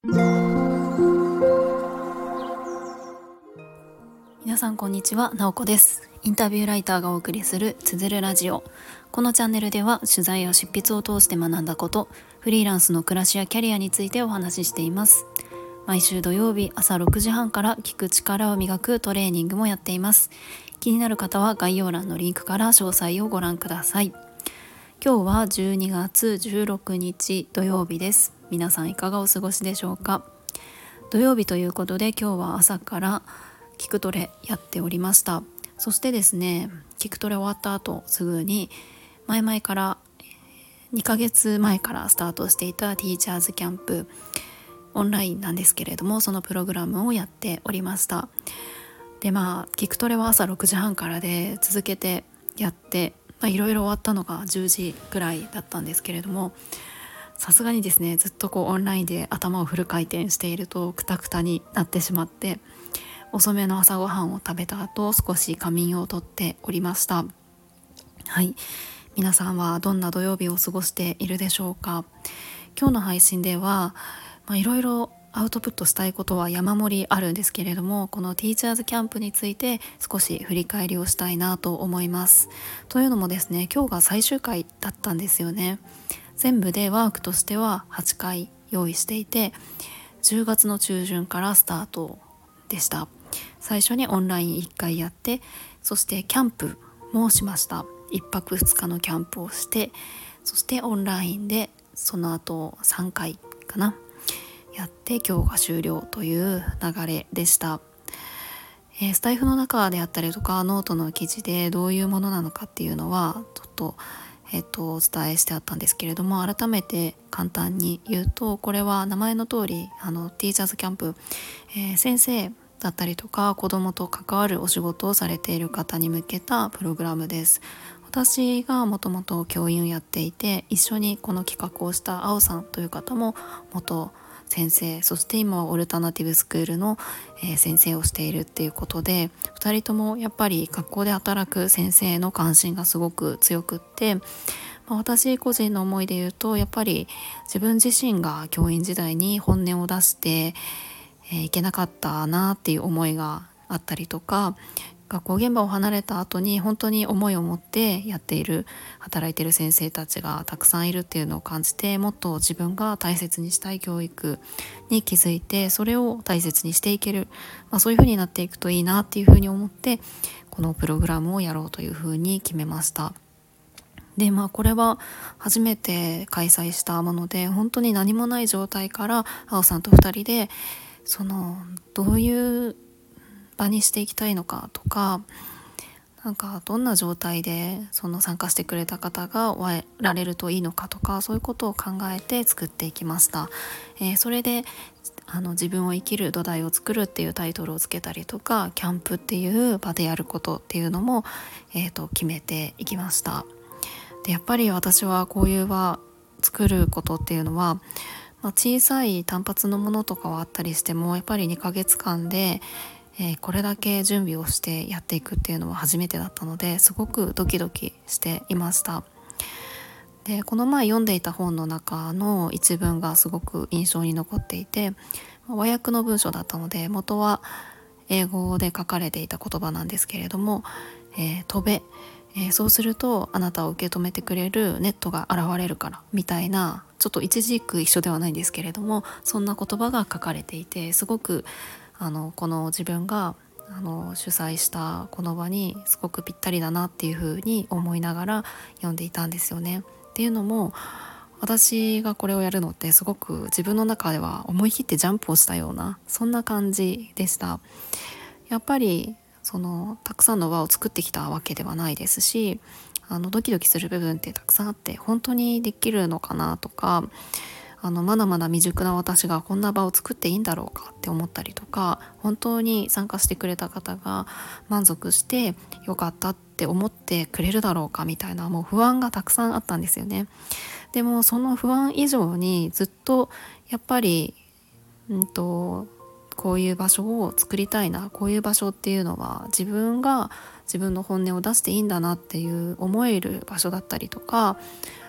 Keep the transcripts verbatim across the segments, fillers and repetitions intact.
皆さんこんにちは、なおこです。インタビューライターがお送りするつづるラジオ。このチャンネルでは取材や執筆を通して学んだこと、フリーランスの暮らしやキャリアについてお話ししています。毎週土曜日朝ろくじはんから聞く力を磨くトレーニングもやっています。気になる方は概要欄のリンクから詳細をご覧ください。今日はじゅうにがつじゅうろくにち土曜日です。皆さんいかがお過ごしでしょうか。土曜日ということで今日は朝から聞くトレやっておりました。そしてですね、聞くトレ終わった後すぐに前々からにかげつまえからスタートしていたティーチャーズキャンプ、オンラインなんですけれども、そのプログラムをやっておりました。でまあ聞くトレは朝ろくじはんからで続けてやっていろいろ終わったのがじゅうじくらいだったんですけれども、さすがにですねずっとこうオンラインで頭をフル回転しているとクタクタになってしまって、遅めの朝ごはんを食べた後少し仮眠をとっておりました。はい、皆さんはどんな土曜日を過ごしているでしょうか。今日の配信ではいろいろアウトプットしたいことは山盛りあるんですけれども、このティーチャーズキャンプについて少し振り返りをしたいなと思います。というのもですね、今日が最終回だったんですよね。全部でワークとしてははちかい用意していて、じゅうがつの中旬からスタートでした。最初にオンラインいっかいやって、そしてキャンプもしました。いっぱくふつかのキャンプをして、そしてオンラインでその後さんかいかなやって今日が終了という流れでした。えー、スタイフの中であったりとかノートの記事でどういうものなのかっていうのはちょっとえっとお伝えしてあったんですけれども、改めて簡単に言うと、これは名前の通りあのティーチャーズキャンプ、えー、先生だったりとか子どもと関わるお仕事をされている方に向けたプログラムです。私がもともと教員をやっていて、一緒にこの企画をした青さんという方も元先生、そして今はオルタナティブスクールの、えー、先生をしているっていうことで、ふたりともやっぱり学校で働く先生の関心がすごく強くって、まあ、私個人の思いで言うと、やっぱり自分自身が教員時代に本音を出してえーいけなかったなっていう思いがあったりとか、学校現場を離れた後に本当に思いを持ってやっている働いている先生たちがたくさんいるっていうのを感じて、もっと自分が大切にしたい教育に気づいて、それを大切にしていける、まあ、そういう風になっていくといいなっていう風に思って、このプログラムをやろうという風に決めました。でまあこれは初めて開催したもので、本当に何もない状態から青さんとふたりでそのどういう場にしていきたいのかとか、なんかどんな状態でその参加してくれた方が終えられるといいのかとか、そういうことを考えて作っていきました。えー、それであの自分を生きる土台を作るっていうタイトルをつけたりとか、キャンプっていう場でやることっていうのも、えー、と決めていきました。でやっぱり私はこういう場作ることっていうのは、まあ、小さい単発のものとかはあったりしても、やっぱりにかげつかんで、えーこれだけ準備をしてやっていくっていうのは初めてだったので、すごくドキドキしていました。でこの前読んでいた本の中の一文がすごく印象に残っていて、和訳の文章だったので元は英語で書かれていた言葉なんですけれども、えー飛べ、えーそうするとあなたを受け止めてくれるネットが現れるからみたいな、ちょっと一字一句一緒ではないんですけれども、そんな言葉が書かれていて、すごくあのこの自分があの主催したこの場にすごくぴったりだなっていうふうに思いながら読んでいたんですよね。っていうのも、私がこれをやるのってすごく自分の中では思い切ってジャンプをしたような、そんな感じでした。やっぱりそのたくさんの輪を作ってきたわけではないですし、あのドキドキする部分ってたくさんあって、本当にできるのかなとか、あのまだまだ未熟な私がこんな場を作っていいんだろうかって思ったりとか、本当に参加してくれた方が満足してよかったって思ってくれるだろうかみたいな、もう不安がたくさんあったんですよね。でもその不安以上にずっとやっぱり、うんとこういう場所を作りたいな、こういう場所っていうのは自分が自分の本音を出していいんだなっていう思える場所だったりとか、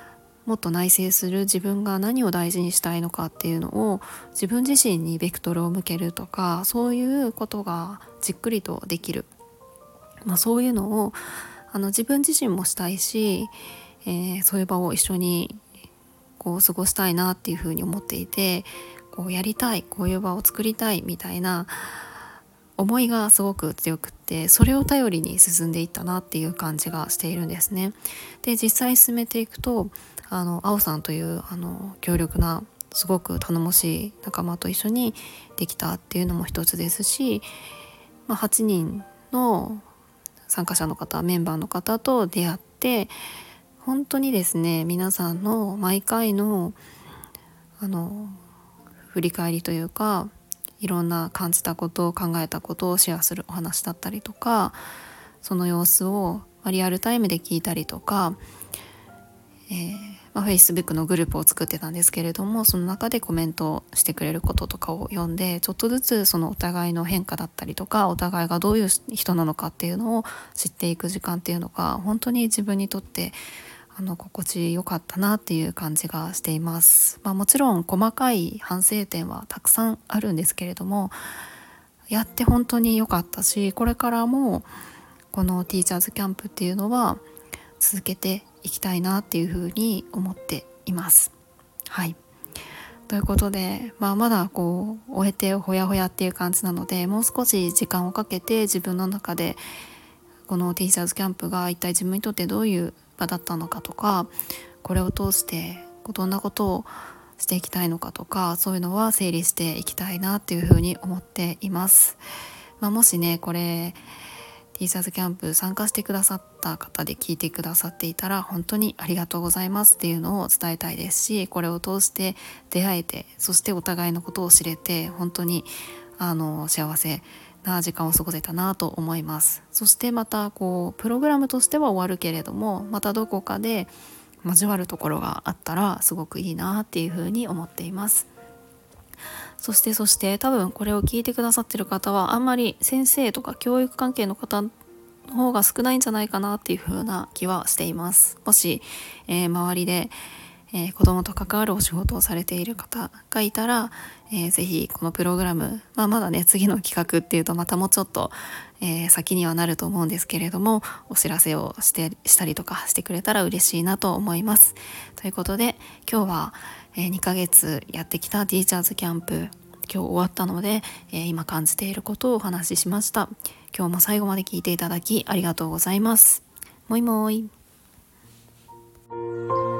もっと内省する、自分が何を大事にしたいのかっていうのを自分自身にベクトルを向けるとか、そういうことがじっくりとできる、まあ、そういうのをあの自分自身もしたいし、えー、そういう場を一緒にこう過ごしたいなっていうふうに思っていて、こうやりたい、こういう場を作りたいみたいな思いがすごく強くって、それを頼りに進んでいったなっていう感じがしているんですね。で実際進めていくと、あの青さんというあの強力なすごく頼もしい仲間と一緒にできたっていうのも一つですし、まあ、はちにんの参加者の方、メンバーの方と出会って、本当にですね、皆さんの毎回のあの振り返りというか、いろんな感じたことを、考えたことをシェアするお話だったりとか、その様子をリアルタイムで聞いたりとか、えーまあ、Facebook のグループを作ってたんですけれども、その中でコメントしてくれることとかを読んで、ちょっとずつそのお互いの変化だったりとか、お互いがどういう人なのかっていうのを知っていく時間っていうのが、本当に自分にとってあの心地よかったなっていう感じがしています。まあ、もちろん細かい反省点はたくさんあるんですけれども、やって本当に良かったし、これからもこのティーチャーズキャンプっていうのは続けていきたいなっていうふうに思っています。はい。ということで、まあ、まだこう終えてほやほやっていう感じなので、もう少し時間をかけて自分の中でこのティーチャーズキャンプが一体自分にとってどういう場だったのかとか、これを通してどんなことをしていきたいのかとか、そういうのは整理していきたいなっていうふうに思っています。まあ、もしね、これティーチャーズキャンプ参加してくださった方で聞いてくださっていたら、本当にありがとうございますっていうのを伝えたいですし、これを通して出会えて、そしてお互いのことを知れて、本当にあの幸せな時間を過ごせたなと思います。そしてまたこうプログラムとしては終わるけれども、またどこかで交わるところがあったらすごくいいなっていうふうに思っています。そしてそして多分これを聞いてくださってる方は、あんまり先生とか教育関係の方の方が少ないんじゃないかなっていう風な気はしています。もし、えー、周りで、えー、子供と関わるお仕事をされている方がいたら、えー、ぜひこのプログラム、まあ、まだね次の企画っていうとまたもうちょっと、えー、先にはなると思うんですけれども、お知らせをしてしたりとかしてくれたら嬉しいなと思います。ということで今日は、えー、にかげつやってきたティーチャーズキャンプ、今日終わったので、えー、今感じていることをお話ししました。今日も最後まで聞いていただきありがとうございます。もいもい。